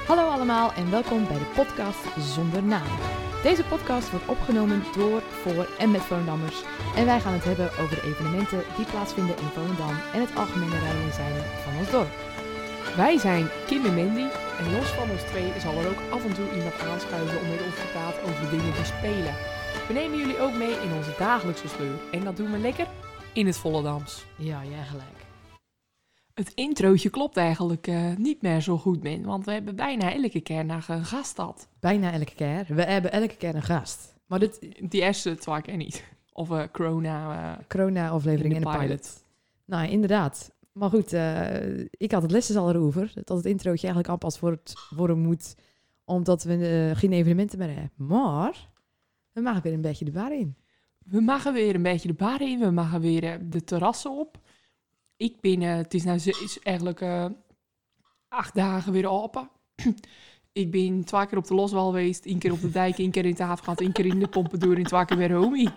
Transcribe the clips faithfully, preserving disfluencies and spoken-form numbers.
Hallo allemaal en welkom bij de podcast Zonder Naam. Deze podcast wordt opgenomen door, voor en met Volendammers. En wij gaan het hebben over de evenementen die plaatsvinden in Volendam en het algemene rijden en zeilen van ons dorp. Wij zijn Kim en Mandy en los van ons twee zal er ook af en toe iemand aanschuiven om met ons te praten over de dingen die spelen. We nemen jullie ook mee in onze dagelijkse sleur en dat doen we lekker in het Volendams. Ja, jij gelijk. Het introotje klopt eigenlijk uh, niet meer zo goed, man, want we hebben bijna elke keer naar een gast gehad. Bijna elke keer. We hebben elke keer een gast. Maar dit... Die eerste twee keer niet. Of uh, corona. Uh, Corona-aflevering en de pilot. pilot. Nou, inderdaad. Maar goed, uh, ik had het lessen al erover. Dat het introotje eigenlijk aanpast voor het worden moet. Omdat we uh, geen evenementen meer hebben. Maar we mogen weer een beetje de bar in. We mogen weer een beetje de bar in. We mogen weer uh, de terrassen op. Ik ben, uh, het is nou is eigenlijk uh, acht dagen weer open. Ik ben twee keer op de Loswal geweest, één keer op de dijk, één keer in het haven gehad, één keer in de Pompadour en twee keer weer homie.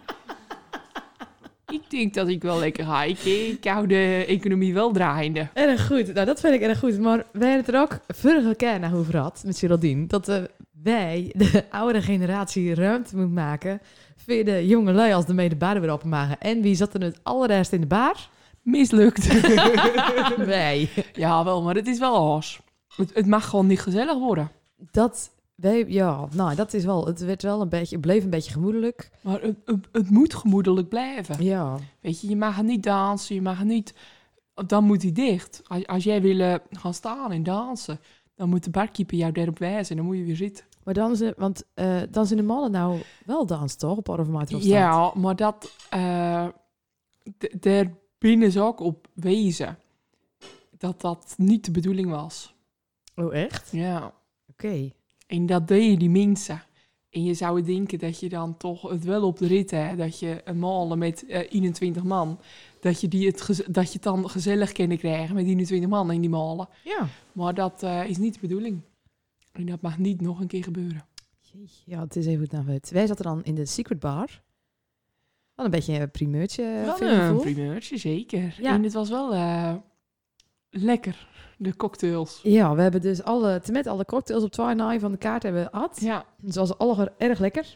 Ik denk dat ik wel lekker ga. Ik, ik hou de economie wel draaiende. Erg goed. Nou, dat vind ik erg goed. Maar wij hebben het er ook vorige keer naar over gehad, met Geraldine, dat uh, wij, de oude generatie, ruimte moeten maken voor de jonge lui als de mee de bar weer openmaken. En wie zat er het allereerst in de bar? Mislukt. Wij. Ja, wel, maar het is wel hors. Het, het mag gewoon niet gezellig worden. Dat, wij, ja, nou, dat is wel, het werd wel een beetje, het bleef een beetje gemoedelijk. Maar het, het, het moet gemoedelijk blijven. Ja. Weet je, je mag niet dansen, je mag niet, dan moet hij dicht. Als, als jij wil uh, gaan staan en dansen, dan moet de barkeeper jou daarop wijzen en dan moet je weer zitten. Maar dan ze, want uh, dan zijn de mannen nou wel dans, toch? Op Orvermaat. Ja, maar dat, uh, d- daar binnen ze ook op wezen dat dat niet de bedoeling was. Oh, echt? Ja. Oké. Okay. En dat deden die mensen. En je zou denken dat je dan toch het wel op de rit hebt, dat je een malen met uh, eenentwintig man, dat je, die het gez- dat je het dan gezellig kunnen krijgen met eenentwintig man in die malen. Ja. Maar dat uh, is niet de bedoeling. En dat mag niet nog een keer gebeuren. Ja, het is even goed naar het. Wij zaten dan in de Secret Bar. Wel een beetje een primeurtje. Wel een primeurtje, zeker. Ja. En het was wel uh, lekker, de cocktails. Ja, we hebben dus alle, met alle cocktails op twee naai van de kaart hebben we gehad. Ja. Dus het was allemaal erg lekker.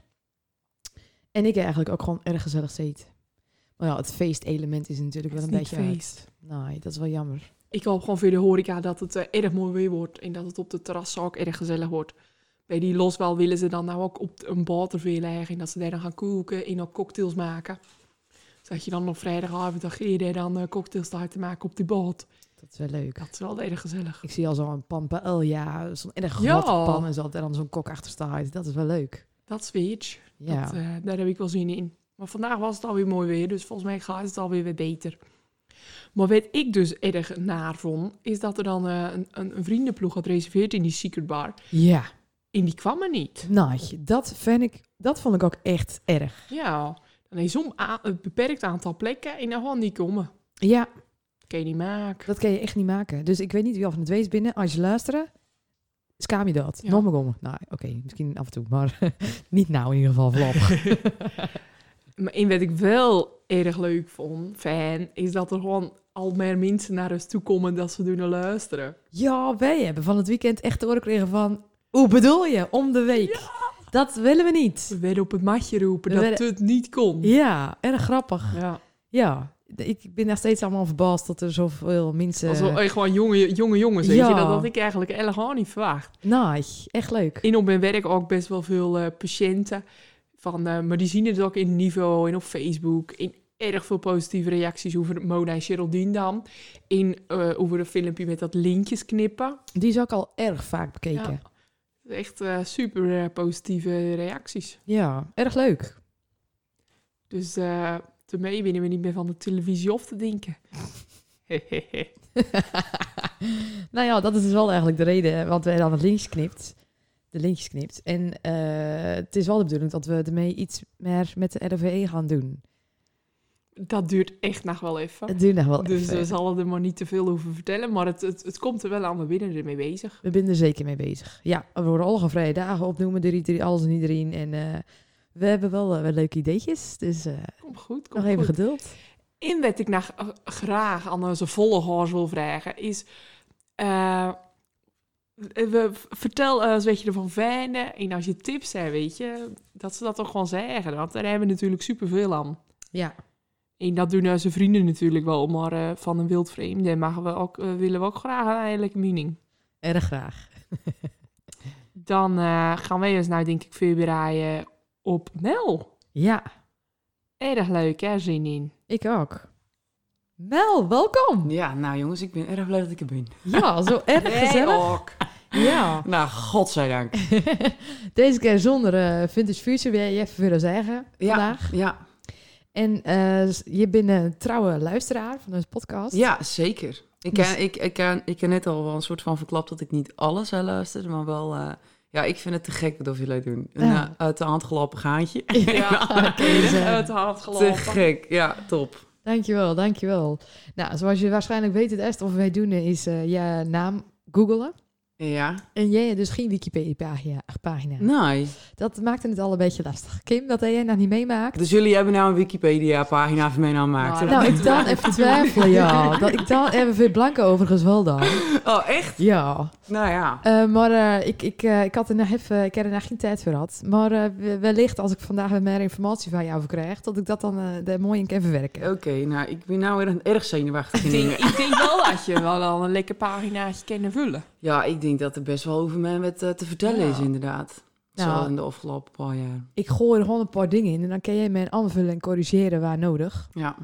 En ik eigenlijk ook gewoon erg gezellig zit. Maar ja, het feestelement is natuurlijk wel een beetje feest. Nee, dat is wel jammer. Ik hoop gewoon voor de horeca dat het uh, erg mooi weer wordt. En dat het op de terras ook erg gezellig wordt. Bij die Loswal willen ze dan nou ook op een boterveer leggen. En dat ze daar dan gaan koken en ook cocktails maken. Zodat je dan nog vrijdagavond dan ga je daar dan uh, cocktails te maken op die boot. Dat is wel leuk. Dat is wel erg gezellig. Ik zie al zo'n pan paella, zo'n erg grote ja. pan en zo. En dan zo'n kok achter staat. Dat is wel leuk. Dat is weer ja. dat, uh, daar heb ik wel zin in. Maar vandaag was het alweer mooi weer. Dus volgens mij gaat het alweer weer beter. Maar wat ik dus erg naar vond, is dat er dan uh, een, een vriendenploeg had gereserveerd in die Secret Bar. Ja. En die kwam er niet. Nou, dat, vind ik, dat vond ik ook echt erg. Ja, dan is zo'n a- een beperkt aantal plekken en dan gewoon niet komen. Ja. Dat kan je niet maken. Dat kan je echt niet maken. Dus ik weet niet wie al van het wees binnen. Als je luistert, schaam je dat. Ja. Nog maar komen. Nou, oké, okay, misschien af en toe, maar niet nou in ieder geval voorlopig. Maar en wat ik wel erg leuk vond, fijn, is dat er gewoon al meer mensen naar ons toe komen dat ze doen naar luisteren. Ja, wij hebben van het weekend echt te horen gekregen van, hoe bedoel je, om de week? Ja. Dat willen we niet. We werden op het matje roepen we dat werden... het niet kon. Ja, erg grappig. Ja. Ja, ik ben nog steeds allemaal verbaasd dat er zoveel mensen... Also, gewoon jonge, jonge jongens, weet ja. je, dat had ik eigenlijk helemaal niet verwacht. Nee, echt leuk. En op mijn werk ook best wel veel uh, patiënten. Van, uh, maar die zien het ook in niveau en op Facebook. In erg veel positieve reacties over Mona en Geraldine dan. In uh, over een filmpje met dat lintjes knippen. Die is ook al erg vaak bekeken. Ja, echt uh, super uh, positieve reacties. Ja, erg leuk. Dus uh, daarmee winnen we niet meer van de televisie of te denken. Nou ja, dat is dus wel eigenlijk de reden, want wij dan het lintjes knipt. De lintjes knipt. En uh, het is wel de bedoeling dat we ermee iets meer met de R V E gaan doen. Dat duurt echt nog wel even. Het duurt nog wel dus even. Dus we zullen er maar niet te veel over vertellen. Maar het, het, het komt er wel aan. We zijn ermee bezig. We zijn er zeker mee bezig. Ja, we worden alle vrije dagen opnoemen. Door iedereen, alles en iedereen. En uh, we hebben wel, uh, wel leuke ideetjes. Dus uh, kom goed, kom nog even goed. geduld. En wat ik nog uh, graag aan onze volgers wil vragen is... Uh, We, vertel eens wat je ervan vindt. En als je tips hebt, weet je, dat ze dat toch gewoon zeggen. Want daar hebben we natuurlijk superveel aan. Ja. En dat doen onze vrienden natuurlijk wel, maar uh, van een wildvreemde mogen we ook, uh, willen we ook graag een eerlijke mening. Erg graag. Dan uh, gaan wij ons nou denk ik voorbereiden op Mel. Ja. Erg leuk, hè? Zin in. Ik ook. Mel, welkom. Ja, nou jongens, ik ben erg blij dat ik er ben. Ja, zo erg gezellig. ook. Ja. Nou, godzijdank. Deze keer zonder uh, Vintage Future, wil je even willen zeggen Ja, vandaag. ja. En uh, je bent een trouwe luisteraar van deze podcast. Ja, zeker. Ik, Dus- ken, ik, ik, ken, ik ken net al wel een soort van verklapt dat ik niet alles zou luisteren, maar wel... Uh, ja, ik vind het te gek wat jullie doen. Een Ja. uh, uit de hand gelopen gaantje. Ja, kun je zeggen. Het had gelopen. Te gek, ja, top. Dankjewel, dankjewel. Nou, zoals je waarschijnlijk weet, het eerste wat wij doen is uh, je naam googlen. Ja, En jij hebt dus geen Wikipedia-pagina. Pagina. nee. Dat maakte het al een beetje lastig. Kim, dat jij nog niet meemaakt? Dus jullie hebben nou een Wikipedia-pagina voor mij nou gemaakt. Nou, Nou, ik dan even twijfelen, ja. Dat, ik dan even veel blanke overigens wel dan. Oh, echt? Ja. Nou ja. Uh, maar uh, ik, ik, uh, ik had er nog even, ik heb er nog geen tijd voor gehad. Maar uh, wellicht als ik vandaag wat meer informatie van jou krijg, dat ik dat dan uh, daar mooi in kan verwerken. Oké, okay, nou, ik ben nou erg, erg zenuwachtig Ik in denk, ik denk wel dat je wel al een lekker paginaatje kan vullen. Ja, ik denk dat er best wel over mij met uh, te vertellen Ja. is, inderdaad. Nou, Zo in de afgelopen paar jaar. Ik gooi er gewoon een paar dingen in en dan kan jij mij aanvullen en corrigeren waar nodig. Ja.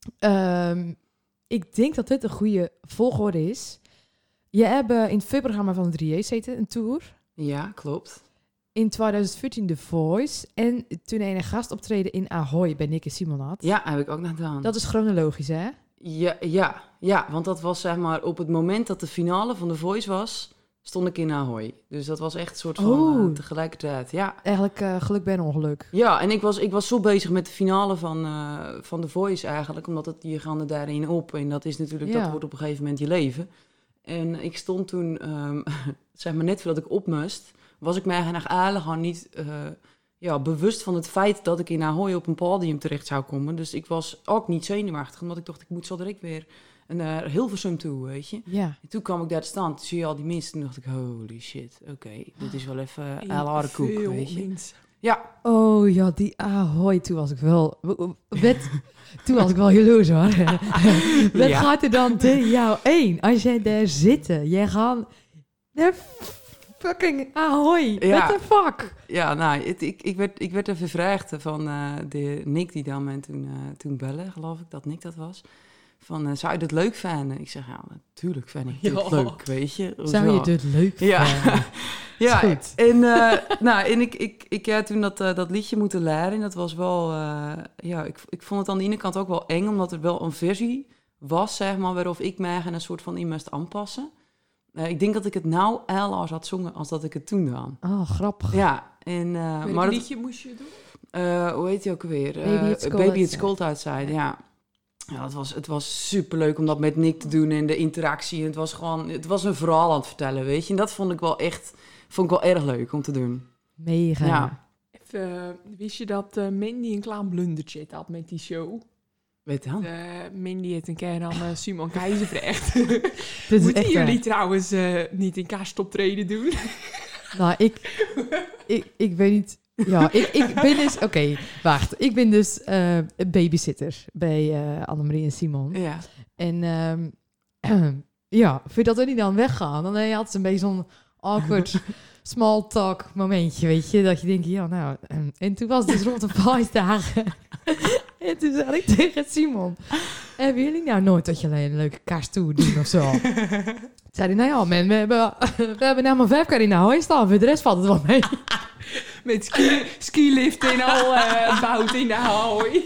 Um, ik denk dat dit een goede volgorde is. Je hebt uh, in het voorprogramma van de drie J's zitten, een tour. Ja, klopt. In twintig veertien The Voice. En toen een gastoptreden in Ahoy bij Nick en Simon had. Ja, heb ik ook nog gedaan. Dat is chronologisch, hè? Ja, ja, ja, want dat was zeg maar op het moment dat de finale van The Voice was, stond ik in Ahoy. Dus dat was echt een soort van Oh. uh, tegelijkertijd, ja. Eigenlijk uh, geluk bij een ongeluk. Ja, en ik was, ik was zo bezig met de finale van, uh, van The Voice eigenlijk, omdat het, je gaan er daarin op. En dat is natuurlijk, Ja. dat wordt op een gegeven moment je leven. En ik stond toen, um, zeg maar net voordat ik op moest, was ik mij eigenlijk eigenlijk gewoon niet uh, ja, bewust van het feit dat ik in Ahoy op een podium terecht zou komen. Dus ik was ook niet zenuwachtig, omdat ik dacht, ik moet zo direct weer naar Hilversum toe, weet je. Ja. En toen kwam ik daar te staan, toen zie je al die mensen, toen dacht ik, holy shit, oké, okay, dit is wel even In à la de koek, veel weet je. mensen. Ja, Oh ja, die Ahoy, toen was ik wel... Met, toen was ik wel jaloers, hoor. Wat Ja. gaat er dan tegen jou één? Als jij daar zit, jij gaat naar fucking Ahoy. Ja. What the fuck? ja, nou, het, ik, ik, werd, ik werd er gevraagd van uh, de Nick die dan me toen, uh, toen bellen, geloof ik, dat Nick dat was. Van, uh, zou je dit leuk vinden? Ik zeg, ja, natuurlijk vind ik dit Ja. leuk, weet je. Zou je dit leuk Ja. vinden? Ja, Is goed. en, uh, nou, en ik, ik, ik heb toen dat, uh, dat liedje moeten leren. En dat was wel, uh, ja, ik, ik vond het aan de ene kant ook wel eng, omdat er wel een versie was, zeg maar, waarop ik mij een soort van in moest aanpassen. Uh, ik denk dat ik het nou al als had zongen als dat ik het toen dan. Oh, grappig. Ja, en, uh, Welk maar dat, liedje moest je doen? uh, hoe heet die ook weer? Uh, Baby, It's Cold Baby It's Outside. Cold Outside, ja. Ja, het was, het was superleuk om dat met Nick te doen en de interactie. Het was gewoon, het was een verhaal aan het vertellen, weet je. En dat vond ik wel echt, vond ik wel erg leuk om te doen. Mega. Ja. Even, uh, wist je dat uh, Mandy een klein blundertje had met die show? Weet je dan? Uh, Mandy heeft een keer aan uh, Simon Keizer gevraagd. Dit is Moeten echt jullie waar. trouwens uh, niet in kerstoptreden doen? Nou, ik, ik, ik weet niet... Ja, ik, ik ben dus... Oké, okay, wacht. Ik ben dus uh, een babysitter bij uh, Annemarie en Simon. Ja. En um, ja, voordat we die dan weggaan, dan heb je altijd een beetje zo'n awkward small talk momentje, weet je. Dat je denkt, ja, nou... En, en toen was het dus rond de feestdagen. En toen zei ik tegen Simon, hebben jullie nou nooit dat je alleen een leuke kersttour doen of zo? Toen zei hij, nou ja, man, we hebben, we hebben nou maar vijf keer in de hooi staan. Voor de rest valt het wel mee. Met ski, skilift en al uh, bout in de hooi.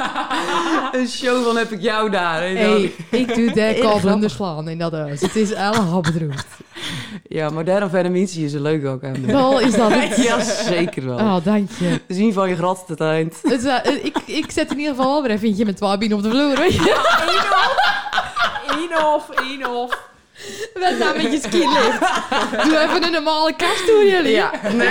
Een show van heb ik jou daar. En dan- Hey, ik doe daar Erg kabel grappig. onderslaan in dat huis. Het is allemaal bedroefd. Ja, maar daarom verder mensen je ze leuk ook aan. Wel is dat het. Ja, zeker wel. Oh, dank je. Te zien van je grat het eind. Het is, uh, ik, ik zet in ieder geval weer even eentje met twaalf binnen op de vloer, weet je. Eén of, één of. Wat nou met je skilift? Doe even een normale kersttour, jullie. Ja, nee.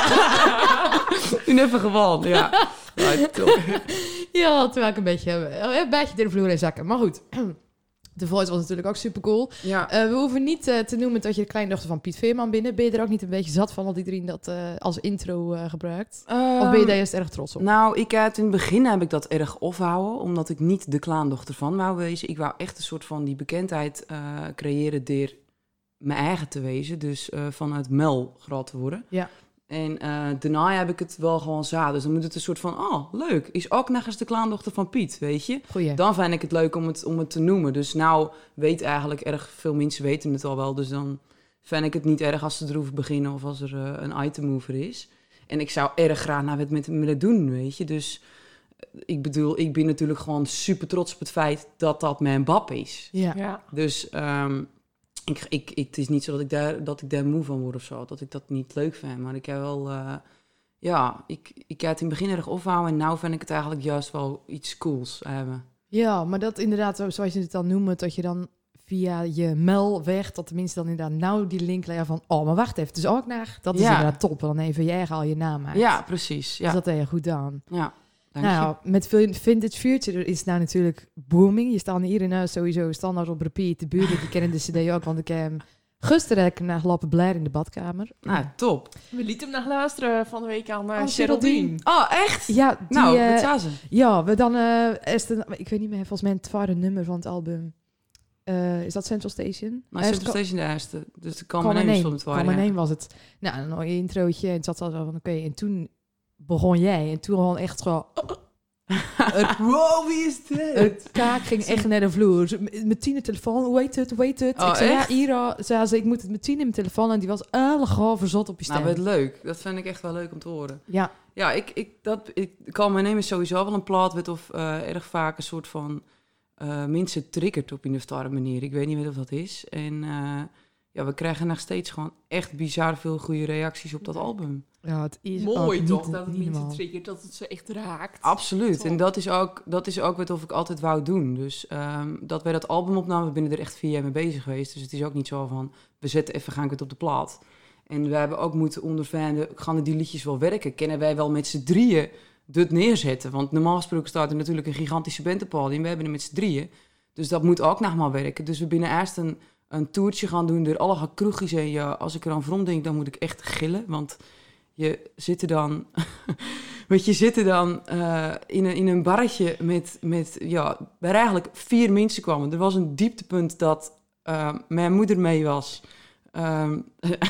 Toen even gewoon, ja. Ja, top. Ja, terwijl ik een beetje, een beetje door de vloer heen zakken. Maar goed. The Voice was natuurlijk ook super cool. Ja. Uh, we hoeven niet uh, te noemen dat je de kleindochter van Piet Veerman binnen. Ben je er ook niet een beetje zat van dat iedereen dat uh, als intro uh, gebruikt? Um, of ben je daar juist erg trots op? Nou, ik uit in het begin heb ik dat erg ophouden, omdat ik niet de klaandochter van wou wezen. Ik wou echt een soort van die bekendheid uh, creëren door mijn eigen te wezen. Dus uh, vanuit Mel groot te worden. Ja. En uh, daarna heb ik het wel gewoon za. Dus dan moet het een soort van, oh, leuk. Is ook nog eens de klaandochter van Piet, weet je? Goeie. Dan vind ik het leuk om het, om het te noemen. Dus nou weet eigenlijk erg veel mensen weten het al wel. Dus dan vind ik het niet erg als ze erover beginnen of als er uh, een item over is. En ik zou erg graag nou het met hem willen doen, weet je? Dus ik bedoel, ik ben natuurlijk gewoon super trots op het feit dat dat mijn bab is. Ja. Ja. Dus um, ik, ik, ik, het is niet zo dat ik, daar, dat ik daar moe van word of zo. Dat ik dat niet leuk vind. Maar ik heb wel... Uh, ja, ik, ik heb het in het begin erg ophouden. En nu vind ik het eigenlijk juist wel iets cools hebben. Ja, maar dat inderdaad, zoals je het dan noemt, dat je dan via je mail weg, dat de mensen dan inderdaad nou die link leggen van, oh, maar wacht even, het is ook naar. Dat is ja. inderdaad top. En dan even je eigen al je naam maakt. Ja, precies. Ja. Dus dat heb je goed gedaan. Ja, dank nou, je. met Vintage Future is het nou natuurlijk booming. Je staat hier in huis sowieso standaard op repeat. De buren die kennen de cd ook, want ik heb hem gisteren naar lappen blij in de badkamer. Nou, top. We lieten hem nog luisteren van de week aan uh, Oh, Geraldine. Oh, echt? Ja, die, nou, uh, wat zei ze? ja, we dan, uh, is de, ik weet niet meer, volgens mij het tweede nummer van het album. Uh, is dat Central Station? Nou, Central Station de eerste. Dus de Call Call My My Name Name. stond het Call waar, My ja. Name was het. Nou, een mooie introotje. En het zat al zo van, oké. Okay. En toen begon jij. En toen gewoon echt zo... het, wow, wie is dit? Het kaak ging echt naar de vloer. Met Tine telefoon, hoe heet het, hoe heet het? Oh, ik zei, echt? ja, Ira, zei ze, ik moet het met Tine in mijn telefoon. En die was allemaal verzot op je stem. Nou, wat leuk. Dat vind ik echt wel leuk om te horen. Ja. Ja, ik, ik, dat, ik Call My Name is sowieso wel een plaat wat of uh, erg vaak een soort van uh, mensen triggert op een of andere manier. Ik weet niet meer of dat is. En uh, ja, we krijgen nog steeds gewoon echt bizar veel goede reacties op dat album. Ja, het is Mooi ook toch, niet, dat het niet mensen normaal. triggert, dat het ze echt raakt. Absoluut. Top. En dat is ook, dat is ook wat of ik altijd wou doen. Dus um, dat wij dat album opnamen, we binnen er echt vier jaar mee bezig geweest. Dus het is ook niet zo van, we zetten even, gaan ik het op de plaat. En we hebben ook moeten ondervinden, gaan die liedjes wel werken? Kennen wij wel met z'n drieën dit neerzetten? Want normaal gesproken staat er natuurlijk een gigantische band op podium. We hebben er met z'n drieën. Dus dat moet ook nog maar werken. Dus we binnen eerst een, een toertje gaan doen door alle kroegjes. En ja, als ik er aan vrom denk, dan moet ik echt gillen. Want je zit er dan... Want je zit er dan uh, in, een, in een barretje met, met... Ja, waar eigenlijk vier mensen kwamen. Er was een dieptepunt dat uh, mijn moeder mee was... Um,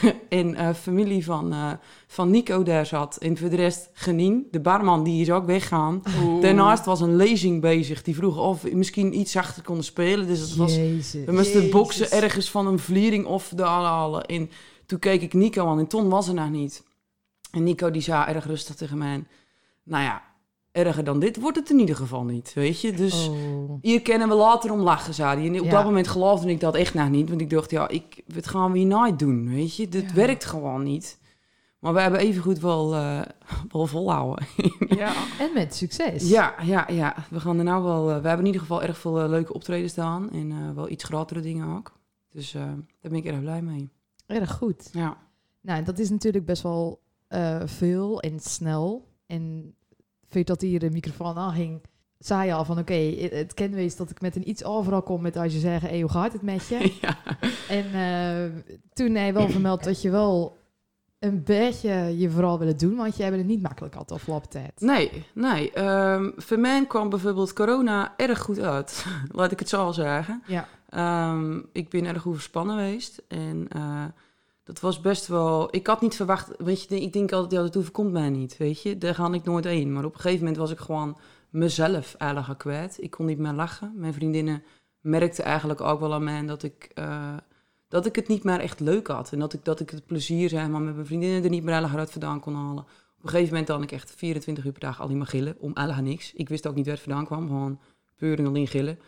en uh, familie van, uh, van Nico daar zat. En voor de rest Genien, de barman, die is ook weggaan. Oeh. Daarnaast was een lezing bezig. Die vroeg of we misschien iets zachter konden spelen. Dus het was, Jezus. we moesten Jezus. boksen ergens van een vliering of de halen. En toen keek ik Nico aan en Ton was er nog niet. En Nico die zei erg rustig tegen mij... Nou ja, erger dan dit wordt het in ieder geval niet, weet je. Dus... Oh. Hier kunnen we later om lachen, zei hij. En op Ja. dat moment geloofde ik dat echt nog niet. Want ik dacht, ja, ik, wat gaan we hier nooit doen, weet je? Dit Ja. werkt gewoon niet. Maar we hebben evengoed wel, uh, wel volhouden. Ja. En met succes. ja, ja, ja. We gaan er nou wel... Uh, we hebben in ieder geval erg veel uh, leuke optredens staan. En uh, wel iets grotere dingen ook. Dus uh, daar ben ik erg blij mee. Erg goed. Ja. Nou, dat is natuurlijk best wel uh, veel en snel. En weet dat hier de microfoon aanging, zei je al van oké, okay, het, het kan wees dat ik met een iets overal kom met als je zegt, hey, hoe gaat het met je? ja. En uh, toen heb je wel vermeld dat je wel een beetje je vooral willen doen, want je hebt het niet makkelijk gehad de afgelopen tijd. Nee, nee. Um, voor mij kwam bijvoorbeeld corona erg goed uit. Laat ik het zo al zeggen. Ja. Um, ik ben erg overspannen geweest. En uh, dat was best wel... Ik had niet verwacht... Weet je, ik denk altijd, ja, dat overkomt mij niet, weet je. Daar ga ik nooit heen. Maar op een gegeven moment was ik gewoon mezelf eigenlijk kwijt. Ik kon niet meer lachen. Mijn vriendinnen merkten eigenlijk ook wel aan mij dat ik... Uh, dat ik het niet meer echt leuk had. En dat ik, dat ik het plezier, zeg maar, met mijn vriendinnen er niet meer heel uit vandaan kon halen. Op een gegeven moment dan ik echt vierentwintig uur per dag alleen maar gillen. Om helemaal niks. Ik wist ook niet waar het vandaan kwam. Gewoon puur en alleen gillen.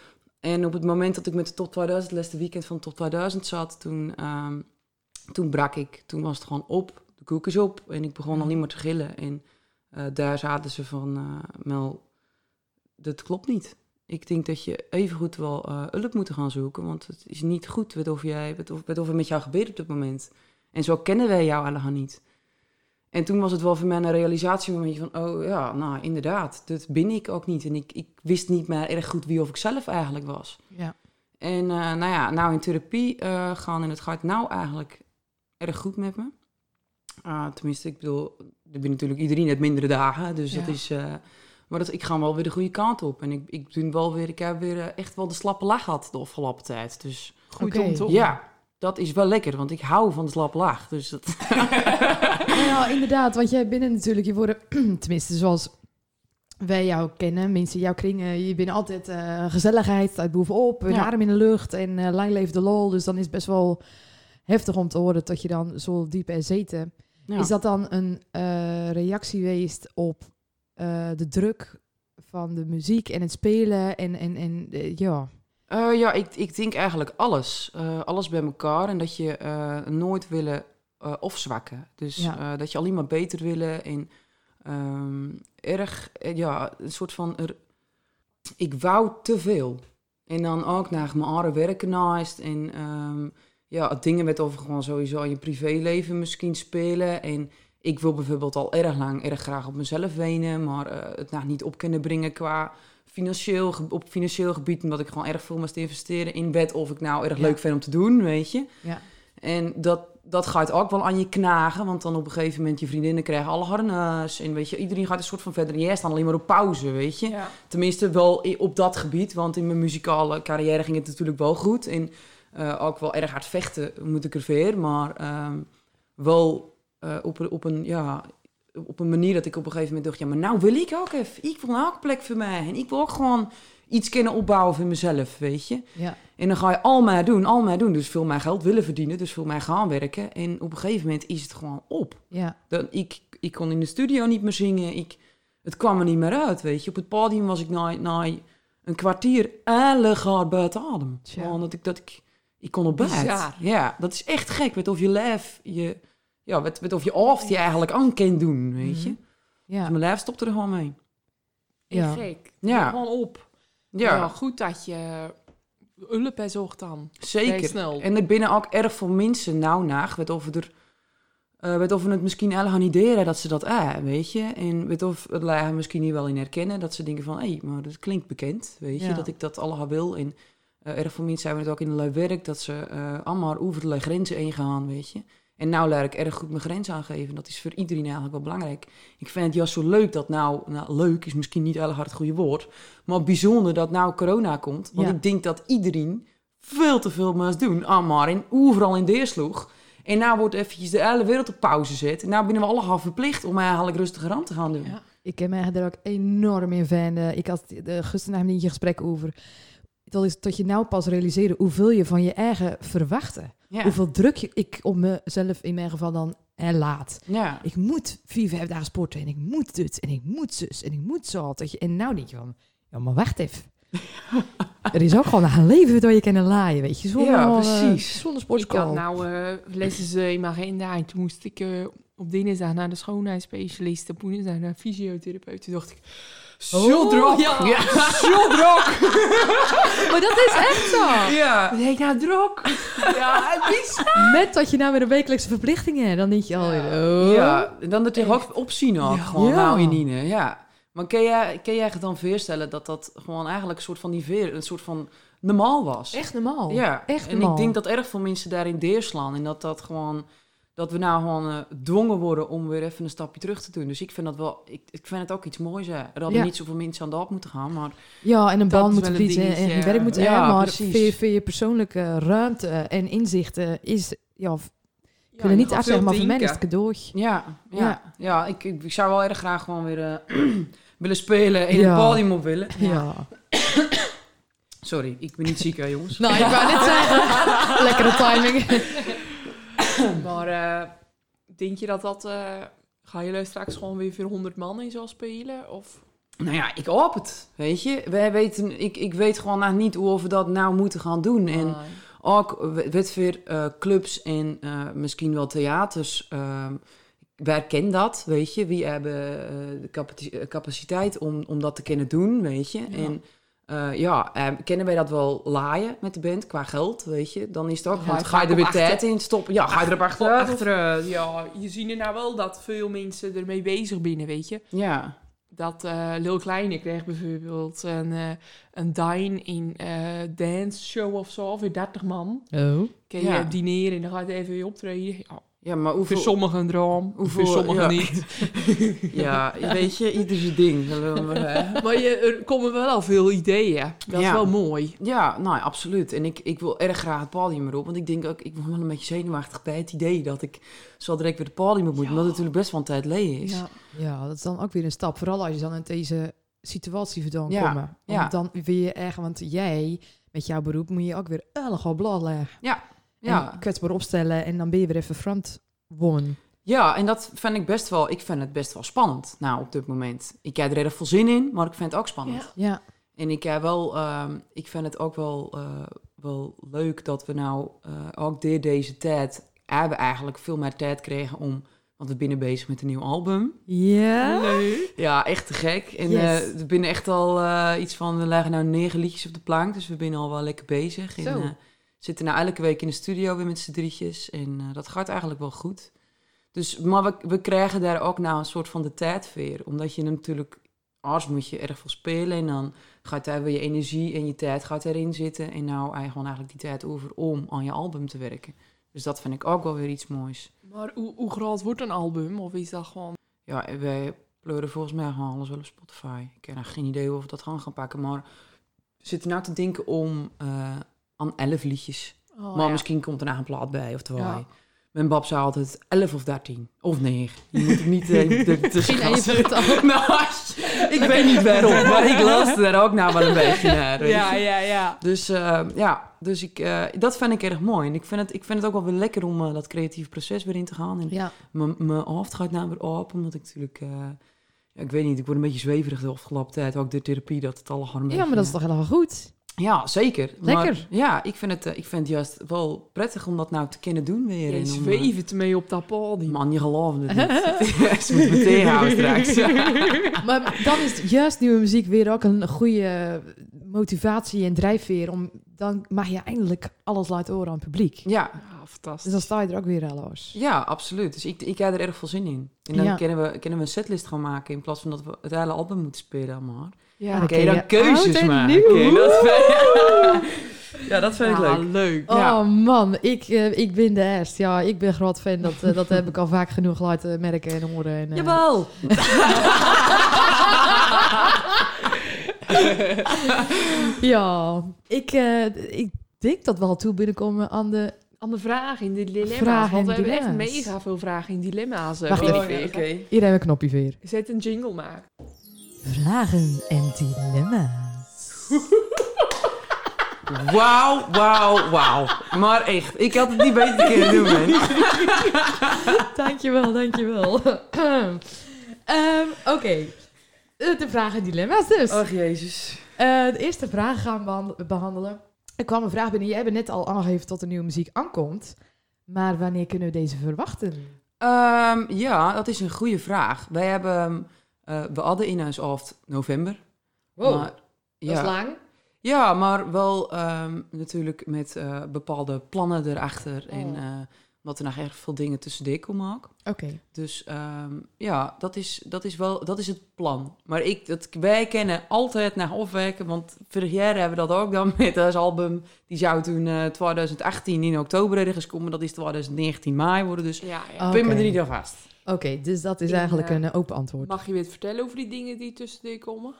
En op het moment dat ik met de top tweeduizend, het laatste weekend van de top tweeduizend zat, toen, um, toen brak ik. Toen was het gewoon op. De koek is op. En ik begon alleen maar te gillen. En uh, daar zaten ze van, uh, Mel, dat klopt niet. Ik denk dat je evengoed wel uh, hulp moet gaan zoeken. Want het is niet goed wat of, jij, wat of, wat of er met jou gebeurt op dit moment. En zo kennen wij jou allemaal niet. En toen was het wel voor mij een realisatiemomentje van... oh ja, nou inderdaad, dat ben ik ook niet. En ik, ik wist niet meer erg goed wie of ik zelf eigenlijk was. Ja. En uh, nou ja, nou in therapie uh, gaan en het gaat nou eigenlijk erg goed met me. Uh, tenminste, ik bedoel, er ben natuurlijk iedereen net mindere dagen, dus ja. dat is... Uh, maar dat, ik ga wel weer de goede kant op. En ik, ik, doe wel weer, ik heb weer uh, echt wel de slappe lach gehad de afgelopen tijd. Dus goed okay. om te Ja, dat is wel lekker, want ik hou van de slappe lach. Dus dat... ja, inderdaad, want jij bent natuurlijk, je wordt, tenminste zoals wij jou kennen, mensen jouw kringen, je bent altijd uh, gezelligheid uit bovenop, een ja. adem in de lucht en uh, lang leeft de lol. Dus dan is het best wel heftig om te horen dat je dan zo diep er zitten. Ja. Is dat dan een uh, reactie geweest op uh, de druk van de muziek en het spelen en, en, en uh, ja... Uh, ja, ik, ik denk eigenlijk alles. Uh, alles bij elkaar. En dat je uh, nooit willen uh, afzwakken. Dus ja. uh, dat je alleen maar beter willen. En um, erg, uh, ja, een soort van... Er, ik wou te veel. En dan ook naar mijn andere werken naast. En um, ja, dingen met over gewoon sowieso in je privéleven misschien spelen. En ik wil bijvoorbeeld al erg lang, erg graag op mezelf wenen. Maar uh, het nou niet op kunnen brengen qua... Financieel, op financieel gebied, omdat ik gewoon erg veel moest investeren in bed, of ik nou erg ja. leuk vind om te doen, weet je. Ja. En dat, dat gaat ook wel aan je knagen, want dan op een gegeven moment je vriendinnen krijgen alle harnas. En weet je, iedereen gaat een soort van verder. En jij staat alleen maar op pauze, weet je. Ja. Tenminste wel op dat gebied, want in mijn muzikale carrière ging het natuurlijk wel goed. En uh, ook wel erg hard vechten, moet ik er weer. Maar um, wel uh, op, op een, ja... op een manier dat ik op een gegeven moment dacht... ja, maar nou wil ik ook even. Ik wil nou ook een plek voor mij. En ik wil ook gewoon iets kunnen opbouwen voor mezelf, weet je. Ja. En dan ga je al maar doen, al maar doen. Dus veel meer geld willen verdienen, dus veel meer gaan werken. En op een gegeven moment is het gewoon op. Ja. Dan, ik, ik kon in de studio niet meer zingen. Ik, het kwam er niet meer uit, weet je. Op het podium was ik na, na een kwartier ellegaar buiten adem. Gewoon dat ik, dat ik... Ik kon op bed. Ja, dat is echt gek. Weet of je lijf... je Ja, met, met of je hoofd je eigenlijk aan kan doen, weet je. Ja. Dus mijn lijf stopt er gewoon mee. Ja. Gek. Ja. Gewoon op. Ja. ja. Goed dat je hulp bij zocht dan. Zeker. Snel. En er binnen ook erg veel mensen nou naar. Weet of we er, uh, weet of we het misschien helemaal niet idee dat ze dat ah, weet je. En weet of het lagen misschien niet wel in herkennen. Dat ze denken van, hé, hey, maar dat klinkt bekend, weet je. Ja. Dat ik dat allemaal wil. En uh, erg veel mensen zijn we het ook in de werk. Dat ze uh, allemaal over de grenzen heen gaan, weet je. En nou laat ik erg goed mijn grens aangeven. Dat is voor iedereen eigenlijk wel belangrijk. Ik vind het juist zo leuk dat nou... nou leuk is misschien niet heel hard het goede woord. Maar bijzonder dat nou corona komt. Want ja. ik denk dat iedereen veel te veel moest doen. Allemaal en overal in deersloeg. En nou wordt eventjes de hele wereld op pauze gezet. En nou binnen we allemaal verplicht om eigenlijk rustiger aan te gaan doen. Ja. Ik heb mij er ook enorm in vinden. Ik had de gisteren een gesprek over... Dat is dat je nou pas realiseren hoeveel je van je eigen verwachten. Ja. Hoeveel druk je, ik op mezelf in mijn geval dan eh, laat. Ja. Ik moet vier, vijf dagen sporten en ik moet dit en ik moet zus en ik moet zo. Dat je, en nou denk je van, ja maar wacht even. Er is ook gewoon een leven door je kunnen laaien, weet je. Zonder, ja, precies. Uh, zonder sportschool. Ik had nou uh, lessen ze in mijn agenda en toen moest ik uh, op dinsdag naar de schoonheidsspecialist en woensdag naar de fysiotherapeut. Toen dacht ik... Zo oh, druk. Ja, ja. Zo druk. Maar dat is echt zo. Ja. Dan denk ik, nou, druk. Ja, het is... Met dat je nou weer een wekelijkse verplichtingen hebt, dan denk je alweer... Oh. Ja, en dan er tegen ook opzien ook. Ja. Gewoon, ja. nou, Inine, ja. Maar kun jij, kun jij je dan voorstellen dat dat gewoon eigenlijk een soort van die veer, een soort van normaal was? Echt normaal. Ja. Echt en normaal. ik denk dat erg veel mensen daarin deerslaan en dat dat gewoon... Dat we nou gewoon uh, dwongen worden om weer even een stapje terug te doen. Dus ik vind dat wel... Ik, ik vind het ook iets moois, hè. Er hadden ja. niet zoveel mensen aan de op moeten gaan, maar... Ja, en een baan moeten bieden en je werk moet ja, hebben. Maar precies. voor je persoonlijke ruimte en inzichten is... Ja, ik wil ja, er niet afzeggen, maar voor mij is het cadeau. Ja, ja, ja. ja ik, ik, ik zou wel erg graag gewoon weer uh, willen spelen en ja. een podium op willen. Ja. ja. Sorry, ik ben niet ziek, hè, jongens. Nou, ik wou net zeggen. Lekkere timing. Maar uh, denk je dat dat... Uh, ga je er straks gewoon weer voor honderd man in zo spelen? Of... Nou ja, ik hoop het, weet je. Wij weten, ik, ik weet gewoon nog niet hoe we dat nou moeten gaan doen. En ah. ook met weer uh, clubs en uh, misschien wel theaters... Uh, wij kennen dat, weet je. Wie hebben uh, de capaci- capaciteit om, om dat te kunnen doen, weet je. Ja. En... Uh, ja, uh, kennen wij dat wel laaien met de band qua geld, weet je? Dan is het ook, ja, want ga je er weer tijd in stoppen? Ja, ga je er op achteruit? Achter, ja, je ziet er nou wel dat veel mensen ermee bezig binnen, weet je? Ja. dat uh, Lil Kleine kreeg bijvoorbeeld een, uh, een dine in uh, dance show of zo, voor dertig man. Oh. Kun je Ja. dineren en dan gaat hij even weer optreden. Ja, Ja, maar hoeveel... voor sommigen een droom, hoeveel- voor sommigen ja. niet. Ja, weet je, ieder zijn ding. zullen we zeggen. Maar je, er komen wel al veel ideeën. Dat is Ja. wel mooi. Ja, nou ja, absoluut. En ik, ik wil erg graag het podium erop. Want ik denk ook, ik ben wel een beetje zenuwachtig bij het idee dat ik zo direct weer het podium op moet. Ja. Omdat het natuurlijk best wel een tijd geleden is. Ja. Ja, dat is dan ook weer een stap. Vooral als je dan in deze situatie vandaan Ja, komen. Want ja. dan wil je echt, want jij met jouw beroep moet je ook weer erg op blad leggen. Ja. En kwetsbaar opstellen en dan ben je weer even front wonen. Ja, en dat vind ik best wel, ik vind het best wel spannend. Nou, op dit moment. Ik heb er erg veel zin in, maar ik vind het ook spannend. Ja. Ja. En ik heb wel, ehm, ik vind het ook wel, uh, wel leuk dat we nou uh, ook door deze tijd hebben eigenlijk veel meer tijd kregen om, want we zijn bezig met een nieuw album. Ja? Leuk. Ja, echt te gek. En Yes. eh, we binnen echt al uh, iets van, we leggen nou negen liedjes op de plank, dus we zijn al wel lekker bezig. En Zo. uh, zitten nou elke week in de studio weer met z'n drietjes en uh, dat gaat eigenlijk wel goed. Dus, maar we, we krijgen daar ook nou een soort van de tijd weer, omdat je natuurlijk, als moet je erg veel spelen en dan gaat daar weer je energie en je tijd gaat erin zitten en nou eigenlijk, eigenlijk die tijd over om aan je album te werken. Dus dat vind ik ook wel weer iets moois. Maar hoe, hoe groot wordt een album? Of is dat gewoon... Ja, wij pleuren volgens mij gewoon alles wel op Spotify. Ik heb nou geen idee hoe we dat gaan gaan pakken, maar we zitten nou te denken om uh, aan elf liedjes. Oh, maar ja. misschien komt er nog een plaat bij of twee. Ja. Mijn bab zei altijd elf of dertien. Of negen. Je moet het niet uh, te, te Geen schatten. even getal. Nou, ik weet niet waarom, maar ik luister daar ook nou wel een beetje naar. weet je. Ja, ja, ja. Dus uh, ja, dus ik, uh, dat vind ik erg mooi. En ik vind het, ik vind het ook wel weer lekker om uh, dat creatieve proces weer in te gaan. En Ja. mijn mijn hoofd gaat nou weer open, omdat ik natuurlijk... Uh, ja, ik weet niet, ik word een beetje zweverig de afgelopen tijd. Ook de therapie, dat het allemaal een beetje... Ja, maar dat is toch helemaal goed? Ja, zeker. Lekker. Maar, ja, ik vind, het, uh, ik vind het juist wel prettig om dat nou te kunnen doen weer. Je En om, uh, zweeft mee op dat podium. Man, je gelooft het niet. Ze moet me tegenhouden straks. Maar dan is juist nieuwe muziek weer ook een goede motivatie en drijfveer. Om, dan mag je eindelijk alles laten horen aan het publiek. Ja, Ja, Dus fantastisch. dan sta je er ook weer aan los. ja, absoluut. Dus ik, ik heb er erg veel zin in. En dan Ja. kunnen, we, kunnen we een setlist gaan maken in plaats van dat we het hele album moeten spelen. Maar Ja, dan dan kun je ken dan je keuzes oud en maken. nieuw. Dat vind, ja, dat vind ik Ja, leuk. leuk. Oh Ja. man, ik, uh, ik ben de eerst. Ja, ik ben groot fan. Dat, uh, dat heb ik al vaak genoeg laten merken en horen. En, uh... Jawel! Ja, ik, uh, ik denk dat we al toe binnenkomen aan de... Aan de vragen in die dilemma's. Vragen want we en hebben echt dilemma's. mega veel vragen in dilemma's. eh, Wacht vind even. ik weer. Hier hebben we een knopje weer. Zet een jingle maar. Vragen en dilemma's. Wauw, wauw, wauw. Maar echt, ik had het niet beter kunnen doen, man. Dankjewel, dankjewel. um, Oké, Uh, de vragen en dilemma's dus. Och, jezus. Uh, de eerste vraag gaan we behan- behandelen. Er kwam een vraag binnen. Jij hebt net al aangegeven tot de nieuwe muziek aankomt. Maar wanneer kunnen we deze verwachten? Um, ja, dat is een goede vraag. Wij hebben, uh, we hadden in ons hoofd november. Wow, Maar, dat ja, is lang. ja, maar wel um, natuurlijk met uh, bepaalde plannen erachter. Oh. En uh, omdat er nog erg veel dingen tussendoor komen ook. Oké. Dus um, ja, dat is, dat is wel dat is het plan. Maar ik, dat, wij kennen altijd naar afwerken, want vorig jaar hebben we dat ook dan met ons album. Die zou toen uh, twintig achttien in oktober ergens komen. Dat is twintig negentien mei worden, dus Ja, Oh. ja. ik ben me Oké. er niet aan vast. Oké, dus dat is In, eigenlijk uh, een uh, open antwoord. Mag je weer vertellen over die dingen die tussendoor komen?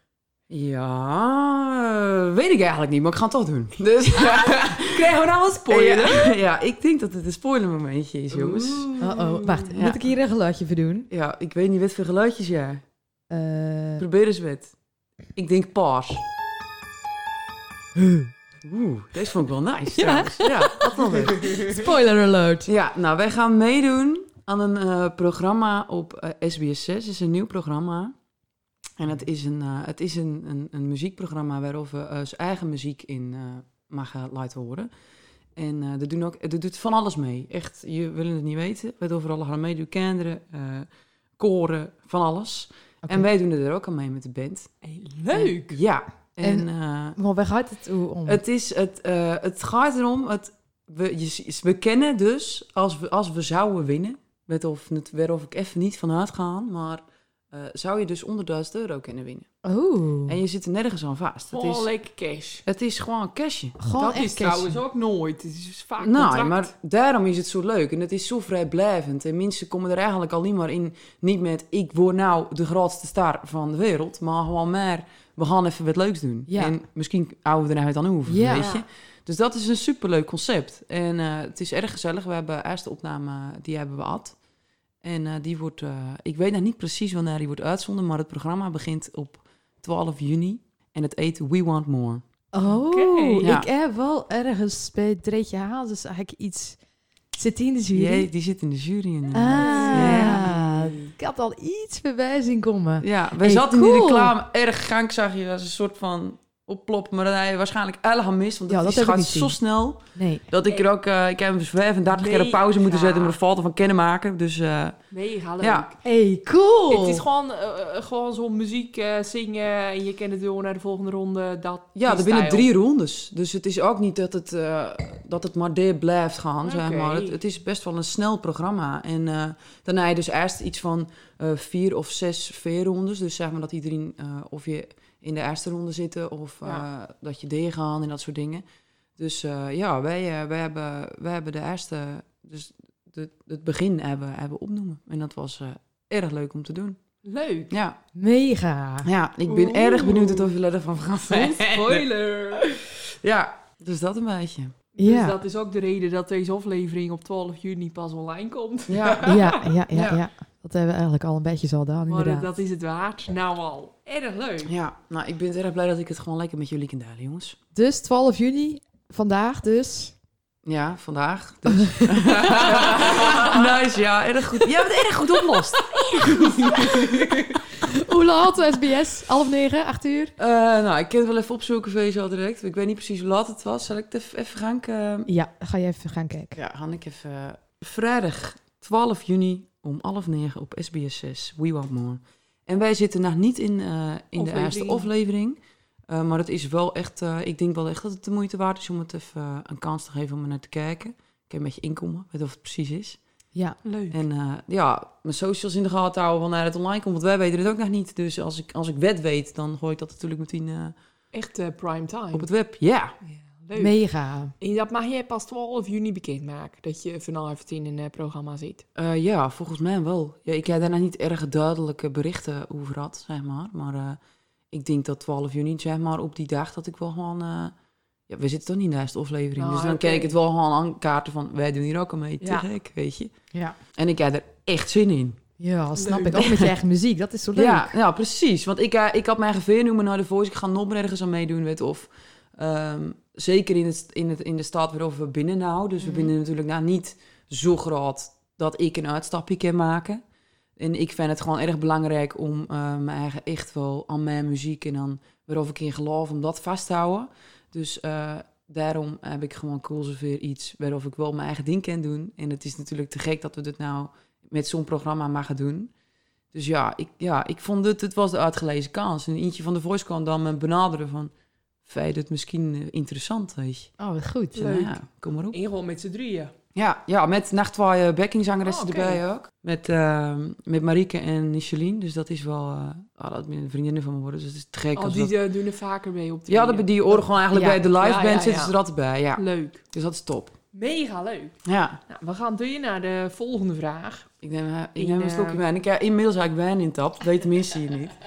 Ja, uh, weet ik eigenlijk niet, maar ik ga het toch doen. Dus Krijgen we nou een spoiler? Ja, ja, ik denk dat het een spoiler momentje is, jongens. Uh-oh, wacht. Ja. Moet ik hier een geluidje voor doen? Ja, ik weet niet wat voor geluidjes, ja. Uh, Probeer eens wat. Ik denk paars. Oeh, deze vond ik wel nice Ja? trouwens. Ja, dat nog wel. spoiler alert. Ja, nou, wij gaan meedoen aan een uh, programma op uh, S B S zes. Het is een nieuw programma. En het is een, uh, het is een, een, een muziekprogramma waarover we uh, zijn eigen muziek in uh, mag uh, laten horen. En uh, er, doen ook, er doet van alles mee. Echt, je wil het niet weten. Wat overal gaan meedoen. Kinderen, uh, koren, van alles. Okay. En wij doen er ook aan mee met de band. Hey, leuk! En, ja. En, En- uh, Maar waar gaat het om? het, is, het, uh, het gaat erom, het, we, je, we kennen dus, als we, als we zouden winnen, met of, het, waarof ik even niet van uitga, maar Uh, zou je dus honderdduizend euro kunnen winnen. Oh. En je zit er nergens aan vast. Oh, het is, lekker cash. Het is gewoon een cashje. Gewoon dat echt is cashje. trouwens ook nooit. Het is vaak Nou, contract. maar daarom is het zo leuk. En het is zo vrijblijvend. En mensen komen er eigenlijk alleen maar in... niet met, ik word nou de grootste star van de wereld... maar gewoon meer, we gaan even wat leuks doen. Ja. En misschien houden we er uit aan over, Ja. weet je. Dus dat is een superleuk concept. En uh, het is erg gezellig. We hebben de eerste opname, die hebben we gehad. En uh, die wordt... Uh, ik weet nog niet precies wanneer die wordt uitzonden... maar het programma begint op twaalf juni. En het heet We Want More. Oh, Okay. Ja. ik heb wel ergens bij Dreetje Haas dus eigenlijk iets... Zit die in de jury? Jee, die zit in de jury. Ah, Ja. ik had al iets voorbij zien komen. Ja, wij Hey, zaten in die cool. reclame erg gang, zag je als een soort van opploppen, maar dan heb je waarschijnlijk elke mis, want Ja, het dat is, heb ik gaat niet zo zien. snel Nee. dat ik er ook, uh, ik heb hem vijfendertig keer een pauze moeten Mega. zetten om er foto van kennen maken, dus uh, Mega leuk. ja. Hey, cool. Het is gewoon, uh, gewoon zo'n muziek uh, zingen en je kent het door naar de volgende ronde. Dat Ja, die er binnen stijl. drie rondes, dus het is ook niet dat het, uh, dat het maar daar blijft gaan, zeg Oké. maar. Het, het is best wel een snel programma en uh, dan heb je dus eerst iets van uh, vier of zes V-rondes, dus zeg maar dat iedereen, uh, of je in de eerste ronde zitten of uh, Ja. dat je deurgaan en dat soort dingen. Dus uh, ja, wij, uh, wij, hebben, wij hebben de eerste, dus de, het begin hebben, hebben opnoemen. En dat was uh, erg leuk om te doen. Leuk. Ja, Mega. ja ik ben Oeh. erg benieuwd of jullie ervan gaan Full spoiler. Ja, dus dat een beetje. Ja. Dus dat is ook de reden dat deze aflevering op twaalf juni pas online komt. Ja, Ja, ja, ja, Ja. ja. Dat hebben we eigenlijk al een beetje zo gedaan, Maar inderdaad. dat is het waard. Nou al. Erg leuk. ja, nou ik ben erg blij dat ik het gewoon lekker met jullie kan delen, jongens. Dus twaalf juni, vandaag dus. Ja, vandaag. Dus. Nice, ja, erg goed. Je hebt het erg goed opgelost. Hoe laat, S B S? Half negen, acht uur? Uh, nou, ik kan het wel even opzoeken voor je zo direct. Ik weet niet precies hoe laat het was. Zal ik het even, even gaan... Uh... Ja, ga je even gaan kijken. Ja, ga ik even... Uh, vrijdag twaalf juni om half negen op S B S zes. We Want More. En wij zitten nog niet in, uh, in de eerste aflevering. Uh, maar het is wel echt... Uh, ik denk wel echt dat het de moeite waard is om het even uh, een kans te geven om er naar te kijken. Ik heb een beetje inkomen, weet of het precies is. Ja. Leuk. En uh, ja, mijn socials in de gaten houden wanneer het online komt. Want wij weten het ook nog niet. Dus als ik, als ik wet weet, dan gooi ik dat natuurlijk meteen uh, Echt uh, prime time. op het web. Ja. Yeah. Ja, leuk. Mega. En dat mag jij pas twaalf juni bekendmaken. Dat je vanavond in een uh, programma zit. Uh, ja, volgens mij wel. Ja, ik heb daar nog niet erg duidelijke berichten over gehad, zeg maar. Maar uh, ik denk dat twaalf juni, zeg maar, op die dag dat ik wel gewoon... Uh, ja, we zitten toch niet in de eerste aflevering. Oh, dus dan okay. ken ik het wel gewoon aan kaarten van... Wij doen hier ook al mee, Ja. te gek, weet je. Ja. En ik heb er echt zin in. Ja, snap Leuk. ik. Ook met je eigen muziek. Dat is zo leuk. Ja, ja, precies. Want ik, uh, ik had mijn eigen noemen naar de Voice. Ik ga nog ergens aan meedoen, weet of... Um, zeker in, het, in, het, in de stad waarover we binnen nou. Dus we Mm-hmm. binnen natuurlijk nou niet zo groot dat ik een uitstapje kan maken. En ik vind het gewoon erg belangrijk om uh, mijn eigen echt wel aan mijn muziek en dan waarover ik in geloof, om dat vast te houden. Dus uh, daarom heb ik gewoon Coolseveer iets waarover ik wel mijn eigen ding kan doen. En het is natuurlijk te gek dat we dit nou met zo'n programma mogen doen. Dus ja, ik, ja, ik vond het, het was de uitgelezen kans. En eentje van de Voice kwam dan me benaderen van... Vind je het misschien uh, interessant, weet je? Oh, wat goed. Dus, nou ja, kom maar op. En gewoon met z'n drieën. Ja, ja, met nachtwaaien backingzangeressen Oh, okay. erbij ook. Met, uh, met Marieke en Nicheline. Dus dat is wel... Uh, oh, dat zijn vriendinnen van me worden. Dus het is te gek. Oh, als die dat... uh, doen er vaker mee op de Ja, dat, die horen gewoon eigenlijk Ja. bij de live Ja, band ja, zitten ja. ze er altijd bij. Ja. Leuk. Dus dat is top. Mega leuk. Ja, Nou, we gaan door naar de volgende vraag. ik neem, uh, ik In, neem een uh, slokje wijn. Ik heb inmiddels eigenlijk wijn in tap. Dat weten mensen hier niet.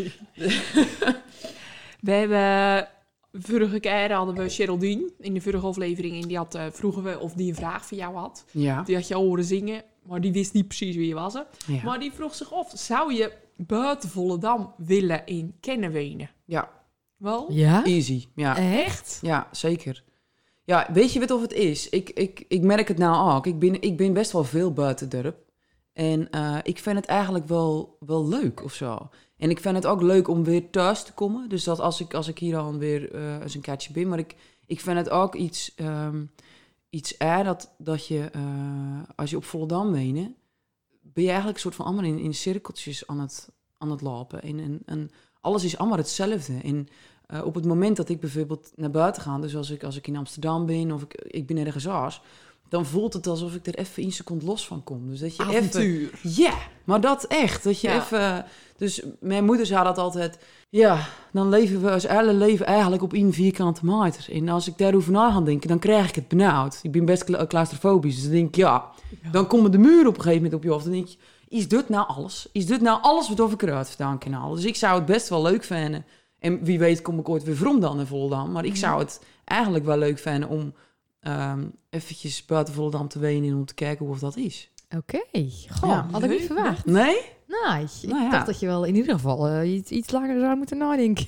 We hebben... Vorige keer hadden we Geraldine in de vorige aflevering. En die had, uh, vroegen we of die een vraag voor jou had. Ja. Die had je al horen zingen. Maar die wist niet precies wie je was. Hè? Ja. Maar die vroeg zich af. Zou je buiten Volendam willen in Kennewijnen? Ja, Wel? Ja? easy. Ja. Echt? Ja, zeker. Ja, weet je wat of het is? Ik, ik, ik merk het nou ook. Ik ben, ik ben best wel veel buiten dorp. En uh, ik vind het eigenlijk wel, wel leuk of zo. En ik vind het ook leuk om weer thuis te komen. Dus dat als ik, als ik hier dan weer uh, eens een kaartje ben. Maar ik, ik vind het ook iets, um, iets er dat, dat je, uh, als je op Volendam woont, ben je eigenlijk een soort van allemaal in, in cirkeltjes aan het, aan het lopen. En, en, en alles is allemaal hetzelfde. En uh, op het moment dat ik bijvoorbeeld naar buiten ga, dus als ik, als ik in Amsterdam ben of ik, ik ben ergens anders, dan voelt het alsof ik er even één seconde los van kom. Dus dat je even... Avontuur. Ja, maar dat echt. Dat je Ja. even... Dus mijn moeder zei dat altijd... Ja, dan leven we als hele leven eigenlijk op één vierkante meter. En als ik daarover na ga denken, dan krijg ik het benauwd. Ik ben best cla- claustrofobisch, dus dan denk ik, ja... Ja. Dan komen de muren op een gegeven moment op je hoofd. Dan denk je, is dit nou alles? Is dit nou alles wat ik eruit vandaan kan halen? Dus ik zou het best wel leuk vinden. En wie weet kom ik ooit weer vrom dan in Volendam. Maar ik zou het eigenlijk wel leuk vinden om um, eventjes buiten Volendam te wenen... en om te kijken hoe of dat is. Oké, goh, Ja. had ik niet Leuk. verwacht. Nee? Nou, ik Nou ja. dacht dat je wel in ieder geval uh, iets, iets langer zou moeten nadenken.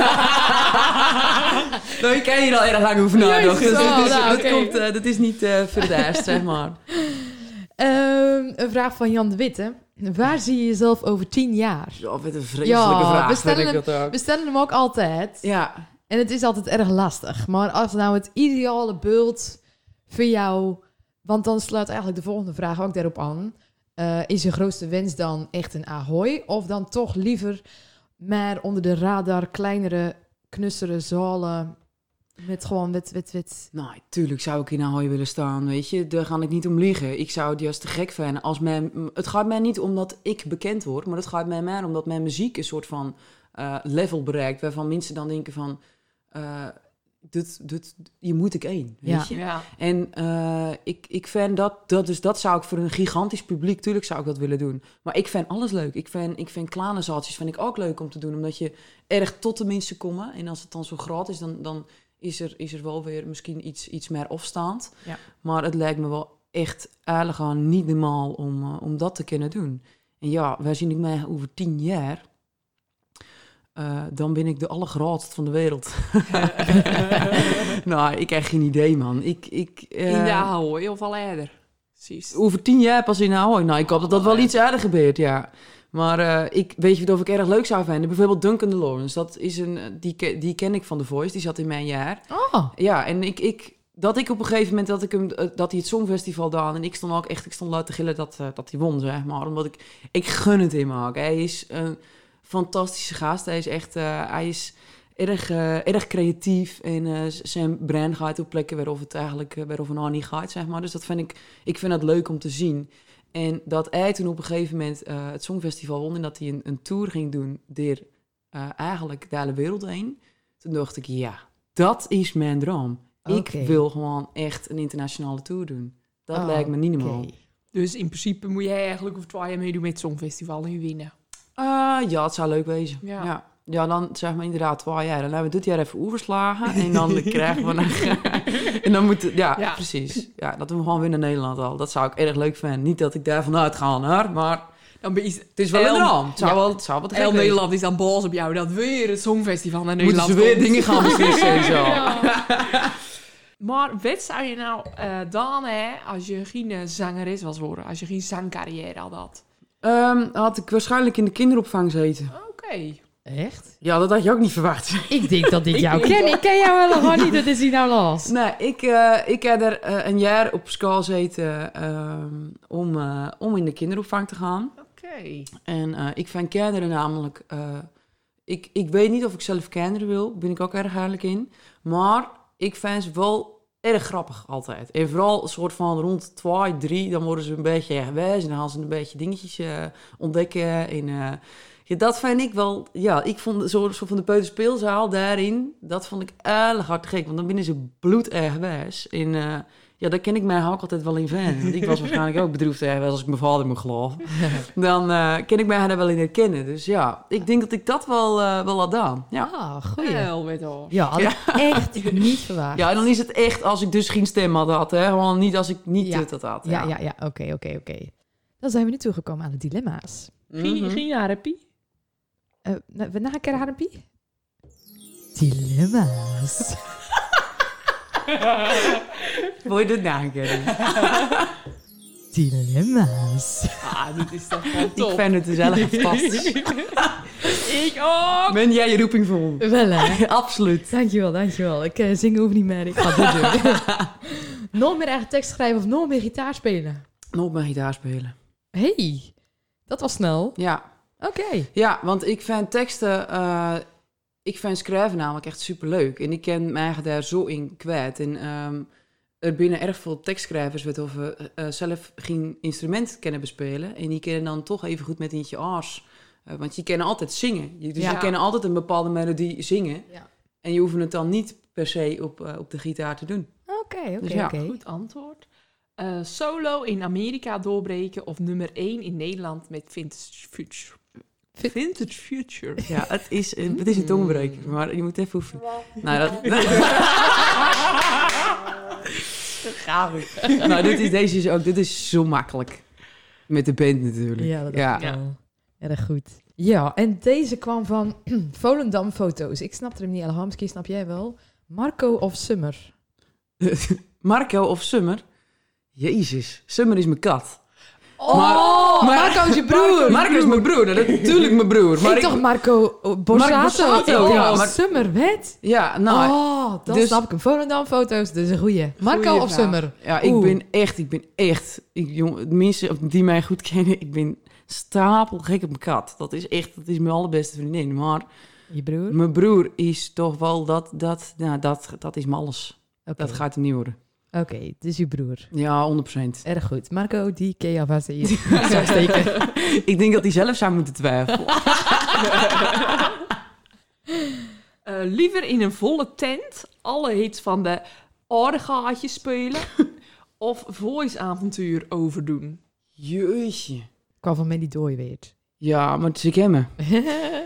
Nou, ik ken hier al erg lang over nadenken. Dus, Jezus, oh, dus, nou, dat, oké. komt, uh, dat is niet uh, voor het eerst, zeg maar. Um, een vraag van Jan de Witte. Waar zie je jezelf over tien jaar? Ja, wat een vreselijke Ja, vraag. we stellen vind ik dat ook. We stellen hem ook altijd. Ja, En het is altijd erg lastig. Maar als nou het ideale beeld voor jou... Want dan sluit eigenlijk de volgende vraag ook daarop aan. Uh, is je grootste wens dan echt een Ahoy? Of dan toch liever maar onder de radar kleinere, knussere zalen... met gewoon wit, wit, wit... nou, tuurlijk zou ik in Ahoy willen staan, weet je. Daar ga ik niet om liegen. Ik zou het juist te gek vinden. Als mijn, het gaat mij niet omdat ik bekend word, maar het gaat mij meer omdat mijn muziek een soort van uh, level bereikt... waarvan mensen dan denken van... Uh, dit, dit, hier moet ik één, weet Ja. je. Ja. En uh, ik, ik vind dat, dat, dus dat zou ik voor een gigantisch publiek, tuurlijk zou ik dat willen doen. Maar ik vind alles leuk. Ik vind, ik vind kleine zaaltjes vind ik ook leuk om te doen, omdat je erg tot de mensen komt. En als het dan zo groot is, dan, dan is, er, is er wel weer misschien iets, iets meer opstaand. Ja. Maar het lijkt me wel echt eigenlijk gewoon niet normaal om, uh, om dat te kunnen doen. En ja, waar zie ik mij over tien jaar? Uh, dan ben ik de allergrootste van de wereld. Nou, ik heb geen idee, man. Ik, ik, uh, In de Ahoy of al eerder? Precies. over tien jaar pas in Ahoy. Nou, ik hoop dat dat wel iets eerder gebeurt, ja. Maar uh, ik weet je wat ik erg leuk zou vinden? Bijvoorbeeld Duncan de Lawrence. Dat is een, die, die ken ik van The Voice. Die zat in mijn jaar. Oh, Ja, en ik... ik dat ik op een gegeven moment dat ik hem dat hij het Songfestival deed en ik stond ook echt ik stond luid te gillen dat uh, dat hij won, zeg maar, omdat ik ik gun het hem ook. Hij is een fantastische gast. Hij is echt uh, hij is erg uh, erg creatief en uh, zijn brein gaat op plekken waarover het eigenlijk uh, waarover nou niet gaat, zeg maar. Dus dat vind ik ik vind dat leuk om te zien. En dat hij toen op een gegeven moment uh, het Songfestival won en dat hij een, een tour ging doen door uh, eigenlijk de hele wereld heen. Toen dacht ik, ja, dat is mijn droom. Okay. Ik wil gewoon echt een internationale tour doen. Dat Oh, lijkt me niet normaal. okay. Dus in principe moet jij eigenlijk over twee jaar meedoen met het Songfestival en je winnen. Uh, ja, het zou leuk wezen. Ja. Ja. ja, dan zeg maar inderdaad twee jaar. Dan hebben we dit jaar even overslagen. En dan krijgen we... Nog, en dan moet... Ja, Ja. precies. Ja, dat we gewoon weer naar Nederland al. Dat zou ik erg leuk vinden. Niet dat ik daar vanuit ga, hoor. Maar Dan ben je... het is wel een droom. Het zou Ja. wel, het zou wel te gek Heel wezen. Nederland is dan boos op jou dat weer het Songfestival naar Moeten Nederland ze weer komt. dingen gaan beslissen en zo. Ja. Maar wat zou je nou uh, dan, hè, als je geen uh, zangeres was worden, als je geen zangcarrière had had? Um, had ik waarschijnlijk in de kinderopvang gezeten. Oké. Okay. Echt? Ja, dat had je ook niet verwacht. Ik denk dat ik Ik jou denk ken. wel. Ik ken jou helemaal niet. Dat is hier nou los. Nee, ik, uh, ik heb er uh, een jaar op school gezeten uh, om, uh, om in de kinderopvang te gaan. Oké. Okay. En uh, ik vind kinderen namelijk... Uh, ik, ik weet niet of ik zelf kinderen wil. Daar ben ik ook erg eerlijk in. Maar ik vind ze wel erg grappig altijd. En vooral een soort van rond twee, drie... dan worden ze een beetje eigenwijs. En dan gaan ze een beetje dingetjes uh, ontdekken. En uh, ja, dat vind ik wel... Ja, ik vond zo, zo van de peuterspeelzaal daarin... dat vond ik erg hard gek. Want dan binnen ze bloed eigenwijs. En... Uh, ja, daar ken ik mij ook altijd wel in van. Want ik was waarschijnlijk ook bedroefd ergens als ik mijn vader moet geloven. Dan uh, ken ik mij daar wel in herkennen. Dus ja, ik denk dat ik dat wel, uh, wel had gedaan. Ja. Ah, goeie. Heel weet al. Ja, had ik echt niet verwacht. Ja, en dan is het echt als ik dus geen stem had gehad. Hè? Gewoon niet als ik niet Ja. dit had gehad. Ja, ja, ja. Oké, oké, oké. Dan zijn we nu toegekomen aan de dilemma's. Geen, Mhm. geen harpie? Uh, we na een keer harpie? Dilemma's. Wil je dit na een keer doen? Dilemma's. Ah, dit is toch gewoon Ik top. vind het dus heel fantastisch. Ik ook. Ben jij je roeping vonden? Wel hè? Absoluut. Dankjewel, dankjewel. Ik uh, zing hoef niet meer. Ik ga dit doen. Nog meer eigen tekst schrijven of nog meer gitaar spelen? Nog mijn gitaar spelen. Hey, dat was snel. Ja. Oké. Ja, want ik vind teksten... Uh, ik vind schrijven namelijk echt superleuk. En ik ken mij eigen daar zo in kwijt. En um, er binnen erg veel tekstschrijvers wat of uh, uh, zelf geen instrument kennen bespelen. En die kennen dan toch even goed met eentje aars. Uh, want je kennen altijd zingen. Je, dus Ja. je kennen altijd een bepaalde melodie zingen. Ja. En je hoeft het dan niet per se op, uh, op de gitaar te doen. Oké, oké, Dus ja, oké. Goed antwoord. Uh, solo in Amerika doorbreken of nummer één in Nederland met Vintage Future. Vin- Vintage Future. Ja, het is een, het is een tongbreker, maar je moet even oefenen. Nou, dat... Gaaf. nou, dit is, deze is ook, dit is zo makkelijk. Met de band natuurlijk. Ja, dat ja. dacht ik wel. Erg goed. Ja, en deze kwam van Volendam Foto's. Ik snapte hem niet helemaal. Misschien snap jij wel. Marco of Summer? Marco of Summer? Jezus, Summer is mijn kat. Oh, Maar- maar- Marco is je broer. Marco is mijn broer, nou, dat is natuurlijk mijn broer. Maar ik dacht Marco Borsato. Borsato, Oh, ja, maar- Summer, wat? Ja, nou... oh, dan dus- snap ik hem. Volendam Foto's, dus een goeie. Marco Goeie of vraag. Summer? Ja, ik Oeh. ben echt, ik ben echt... Ik, jong, de mensen die mij goed kennen, ik ben stapelgek op mijn kat. Dat is echt, dat is mijn allerbeste vriendin. Maar Je broer? mijn broer is toch wel, dat, dat, nou, dat, dat is mijn alles. Oké, Dat gaat hem niet worden. Oké, dus je broer. Ja, honderd procent. Erg goed. Marco, die ken je alvast hier. Zo steken. Ik denk dat hij zelf zou moeten twijfelen. Uh, liever in een volle tent alle hits van de aardegaatjes spelen of voice-avontuur overdoen. Jeetje. Kwam van Mandy Dooi weer. Ja, maar ze kennen me.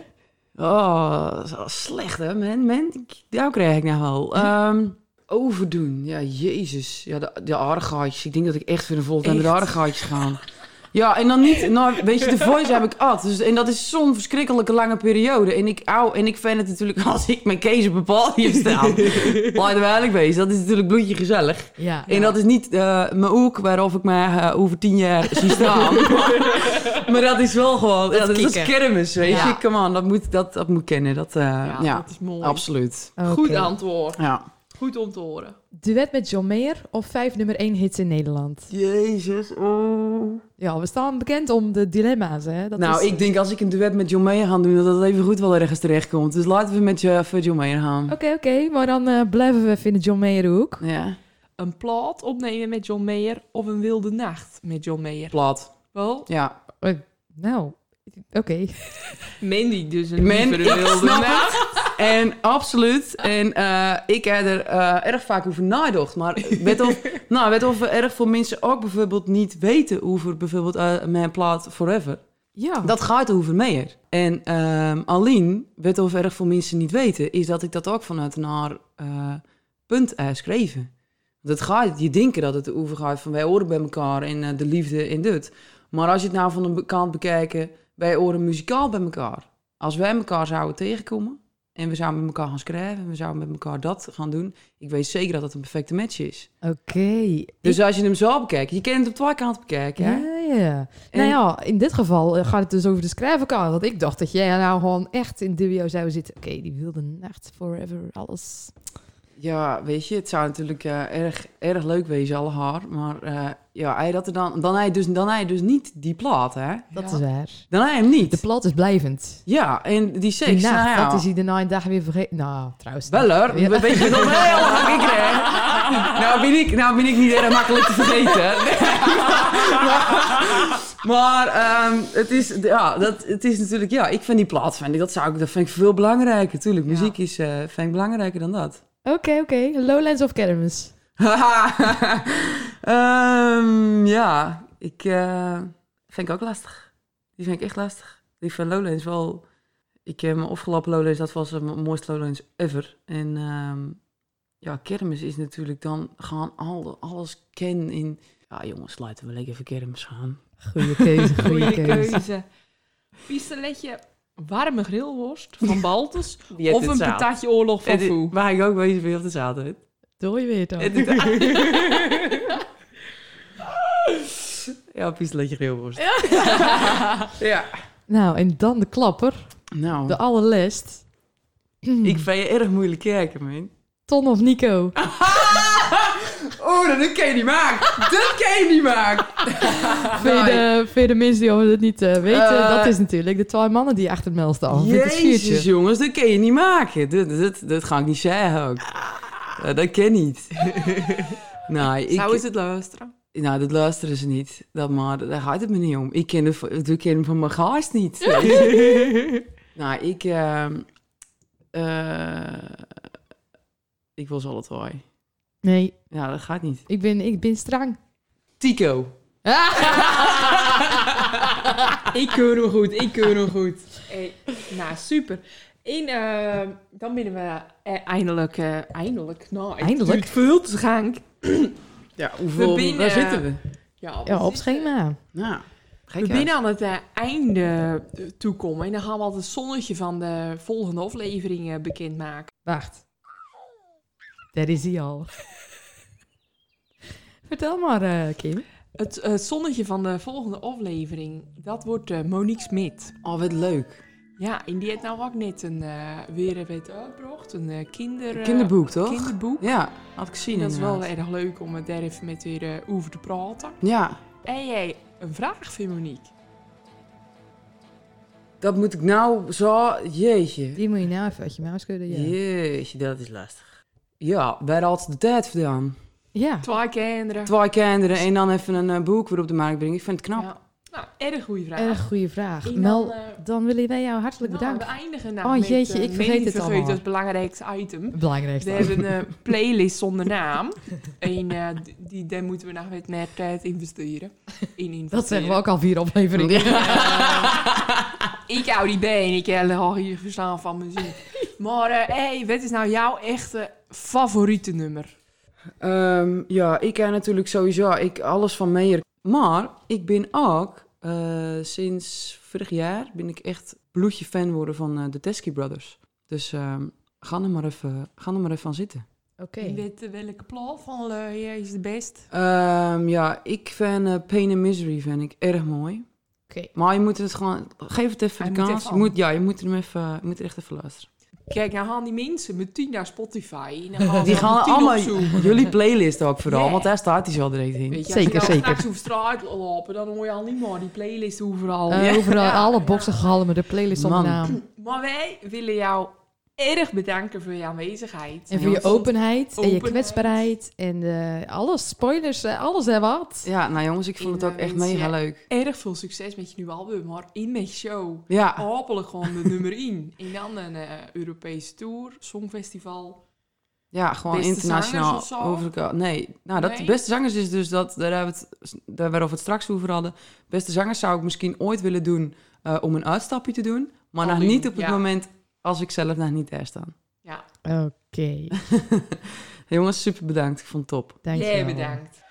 Oh, dat is wel slecht hè, man. man. Ik- Nou krijg ik nou wel. Ehm, overdoen. Ja, jezus. Ja, de, de aardegaatjes. Ik denk dat ik echt voor een volle tijd met de Echt? aardegaatjes ga. Ja, en dan niet... Nou, weet je, de voice heb ik at. Dus, en dat is zo'n verschrikkelijke lange periode. En ik, au, en ik vind het natuurlijk als ik mijn Kees op een podium sta. Laten we eigenlijk wezen. Dat is natuurlijk bloedje gezellig. Ja. En dat is niet uh, mijn hoek waarof ik mij uh, over tien jaar zie staan. Maar dat is wel gewoon... Dat ja, dat is kicken. kermis, weet je. Ja. Come on, dat moet, dat, dat moet kennen. Dat, uh, ja, Ja, dat is mooi. absoluut. Oké. Goed antwoord. Ja. Goed om te horen. Duet met John Mayer of vijf nummer één hits in Nederland? Jezus, oh. Ja, we staan bekend om de dilemma's, hè? Dat Nou, is, ik denk als ik een duet met John Mayer ga doen, dat dat even goed wel ergens terecht komt. Dus laten we met je, voor John Mayer gaan. Oké, oké, maar dan eh, blijven we even in de John Mayer hoek. Ja, Een plaat opnemen met John Mayer of een wilde nacht met John Mayer. plat. Wel, Ja. Nou, oké. Mandy dus een Man, lievere ik wilde snap nacht. En absoluut. En uh, ik heb er uh, erg vaak over nagedacht. Maar weet of, nou, weet of erg veel mensen ook bijvoorbeeld niet weten over bijvoorbeeld uh, mijn plaat Forever. Ja. Dat gaat over meer. En um, alleen, weet of erg veel mensen niet weten, is dat ik dat ook vanuit een haar uh, punt heb geschreven. Want het gaat, je denkt dat het over gaat van wij horen bij elkaar en uh, de liefde en dit. Maar als je het nou van een kant bekijken, wij horen muzikaal bij elkaar. Als wij elkaar zouden tegenkomen en we zouden met elkaar gaan schrijven en we zouden met elkaar dat gaan doen, ik weet zeker dat het een perfecte match is. Oké. Dus Ik- als je hem zo bekijkt, je kan het op twee kanten bekijken. Hè? Ja, ja. En- Nou ja, in dit geval eh, gaat het dus over de schrijverkant. Want ik dacht dat jij nou gewoon echt in duo zou zitten. Oké, die wilde nacht, forever, alles. Ja, weet je, het zou natuurlijk uh, erg, erg leuk wezen, alle haar. Maar uh, ja, hij dat er dan, dan, hij dus, dan hij dus niet die plaat, hè? Dat Ja. is waar. Dan hij hem niet. De plat is blijvend. Ja, en die Die seks, nacht, nou ja. dat is hij daarna een dag weer vergeten. Nou, trouwens. Wel hoor, Ja. weet je nog heel lang ik krijg? Nou ben ik, nou ben ik niet erg makkelijk te vergeten. maar um, het, is, ja, dat, het is natuurlijk, ja, ik vind die plaat, vind ik, dat, zou ik, dat vind ik veel belangrijker. Tuurlijk, Ja. muziek is, uh, vind ik belangrijker dan dat. Oké, oké. Lowlands of Kermis? um, ja, ik uh, vind ik ook lastig. Die vind ik echt lastig. Die van Lowlands wel... Ik heb mijn afgelopen Lowlands, dat was mijn mooiste Lowlands ever. En um, ja, kermis is natuurlijk dan gewoon al, alles kennen in... Ja jongens, laten we lekker even kermis gaan. Goeie keuze, goeie Goeie keuze. keuze. Pistoletje warme grillworst van Baltus Die of een patatje oorlog van Foe. Waar ik ook bezig ben op de zaterdag. Doe je weer dan. Ja, pistoletje grillworst. Ja. Nou, en dan de klapper. Nou, De allerlest. ik vind je erg moeilijk kijken, man. Ton of Nico? Oh, dat kan je niet maken. Dat kan je niet maken. Voor je de, voor de mensen die het niet uh, weten, Uh, dat is natuurlijk de twee mannen die achter het mail staan. Vintage Jezus, Future. jongens, dat kan je niet maken. Dat, dat, dat ga ik niet zeggen ook. Uh, dat kan niet. Nou, ik, Zou is het luisteren? nou, dat luisteren ze niet. Dat maar, daar gaat het me niet om. Ik ken het, van- ik ken hem van mijn gaast niet. Nou, ik... ehm, eh, ik wil ze alle twee. Nee, Ja, dat gaat niet. ik ben, ik ben strang. Tico. Ik keur hem goed, ik keur hem goed. Hey, nou, super. En uh, dan binnen we uh, eindelijk, uh, eindelijk, nou, het Eindelijk? duurt veel te gaan. Ja, hoeveel... binnen- Waar zitten we? Ja, Ja, op zitten- schema. Nou, We gek binnen aan het uh, einde uh, toekomen en dan gaan we al het zonnetje van de volgende aflevering uh, bekendmaken. Wacht. Daar is hij al. Vertel maar, uh, Kim. Het uh, zonnetje van de volgende aflevering, dat wordt uh, Monique Smit. Oh, wat leuk. Ja, en die heeft nou ook net een, uh, weer een weet uitgebracht, een uh, kinder, uh, Kinderboek, toch? kinderboek. Ja, had ik gezien. En dat is wel inderdaad. erg leuk om het daar even met weer uh, over te praten. Ja, En jij, een vraag voor Monique. dat moet ik nou zo... Jeetje. Die moet je nou even uit je mouw schudden. Ja. Jeetje, dat is lastig. Ja, waar had ze de tijd vandaan? Ja. Twee kinderen. Twee kinderen en dan even een uh, boek weer op de markt brengen. Ik vind het knap. Ja. Nou, erg goede vraag. Erg goede vraag. En dan, Mel, uh, dan willen wij jou hartelijk nou, bedanken. we eindigen nou Oh, met, jeetje, uh, ik nee, vergeet niet het vergeten, allemaal. dat is het belangrijkste item. Het belangrijkste. We hebben een playlist zonder naam. En uh, die, die, daar moeten we nog wat meer tijd investeren. In investeren. Dat zeggen we ook al vier afleveringen. Uh, ik hou die been, ik heb al hier verstaan van muziek. Maar uh, hey, wat is nou jouw echte favoriete nummer? Um, ja, ik ken natuurlijk sowieso ik, alles van Meijer. Maar ik ben ook uh, sinds vorig jaar ben ik echt bloedje fan geworden van uh, de Teskey Brothers. Dus um, ga er maar even, ga er maar even aan zitten. Oké. Okay. Je weet uh, welke plaat van uh, jij is de best? Um, ja, ik vind uh, Pain and Misery vind ik erg mooi. Oké. Okay. Maar je moet het gewoon, geef het even Hij de moet kans. even Je moet, ja, je moet, hem even, je moet er echt even luisteren. Kijk, nou gaan die mensen meteen naar Spotify. En dan gaan Die ze gaan meteen allemaal opzoeken. jullie playlist ook vooral, Yeah. want daar staat hij zo direct in. Weet je, Zeker, als je nou zeker. straks over straat lopen, dan hoor je al niet meer die playlist overal. Uh, overal, Ja, alle ja. boxen gehalmen, de playlist zonder Man. naam. Maar wij willen jou erg bedanken voor je aanwezigheid. En voor je jongens. openheid en je Openheid. kwetsbaarheid. En uh, alles, spoilers, uh, alles en wat. Ja, nou jongens, ik vond het ook echt mega leuk. Erg veel succes met je nieuwe album, maar in met je show. Ja, Hopelijk gewoon de nummer één. En dan een uh, Europese tour, songfestival. ja gewoon Beste internationaal. zangers of zo? Over elkaar. Nee, nou, dat Nee? de beste zangers is dus dat, daar hebben we het, daar waarover we het straks over hadden. Beste zangers zou ik misschien ooit willen doen uh, om een uitstapje te doen. Maar nog Alleen, niet op het ja. moment als ik zelf nog niet daar sta. Ja, Oké, okay. Jongens, super bedankt. Ik vond het top. dankjewel. jij bedankt.